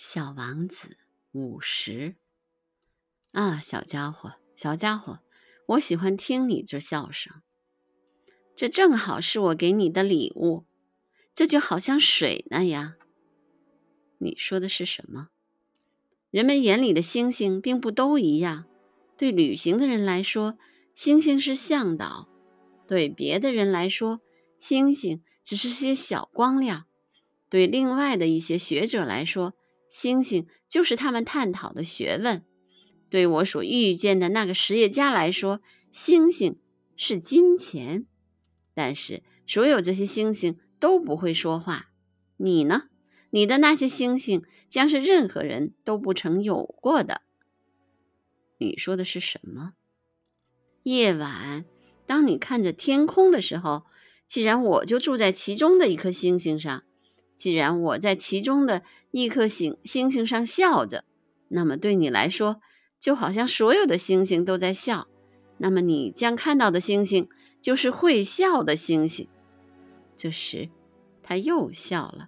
小王子50啊，小家伙，小家伙，我喜欢听你这笑声，这正好是我给你的礼物，这就好像水那样。你说的是什么？人们眼里的星星并不都一样，对旅行的人来说，星星是向导，对别的人来说，星星只是些小光亮，对另外的一些学者来说，星星就是他们探讨的学问，对我所遇见的那个实业家来说，星星是金钱。但是所有这些星星都不会说话，你呢？你的那些星星将是任何人都不曾有过的。你说的是什么？夜晚，当你看着天空的时候，既然我就住在其中的一颗星星上，既然我在其中的一颗星星上笑着，那么对你来说，就好像所有的星星都在笑，那么你将看到的星星就是会笑的星星。这时，他又笑了。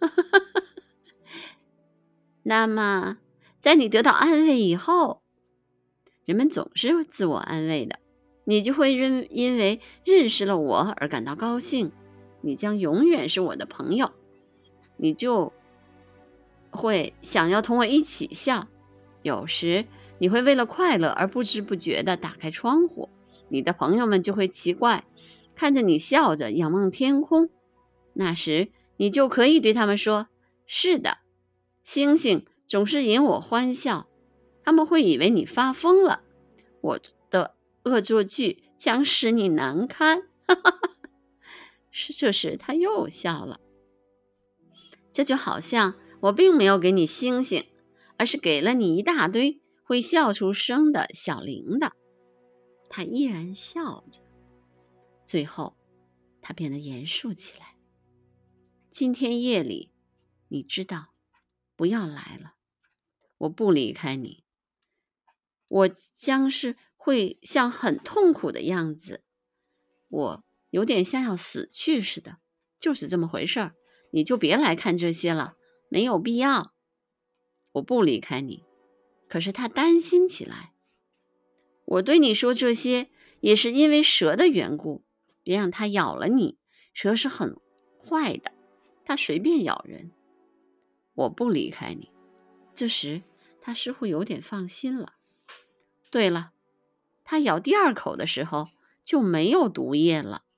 那么，在你得到安慰以后，人们总是自我安慰的，你就会因为认识了我而感到高兴，你将永远是我的朋友，你就会想要同我一起笑。有时你会为了快乐而不知不觉地打开窗户，你的朋友们就会奇怪，看着你笑着仰望天空。那时你就可以对他们说，是的，星星总是引我欢笑，他们会以为你发疯了，我的恶作剧将使你难堪。这时他又笑了。这就好像我并没有给你星星，而是给了你一大堆会笑出声的小铃铛。他依然笑着，最后他变得严肃起来。今天夜里，你知道，不要来了，我不离开你，我将是会像很痛苦的样子，我有点像要死去似的，就是这么回事儿，你就别来看这些了，没有必要。我不离开你。可是他担心起来。我对你说这些，也是因为蛇的缘故，别让它咬了你，蛇是很坏的，它随便咬人。我不离开你。这时他似乎有点放心了。对了，他咬第二口的时候就没有毒液了。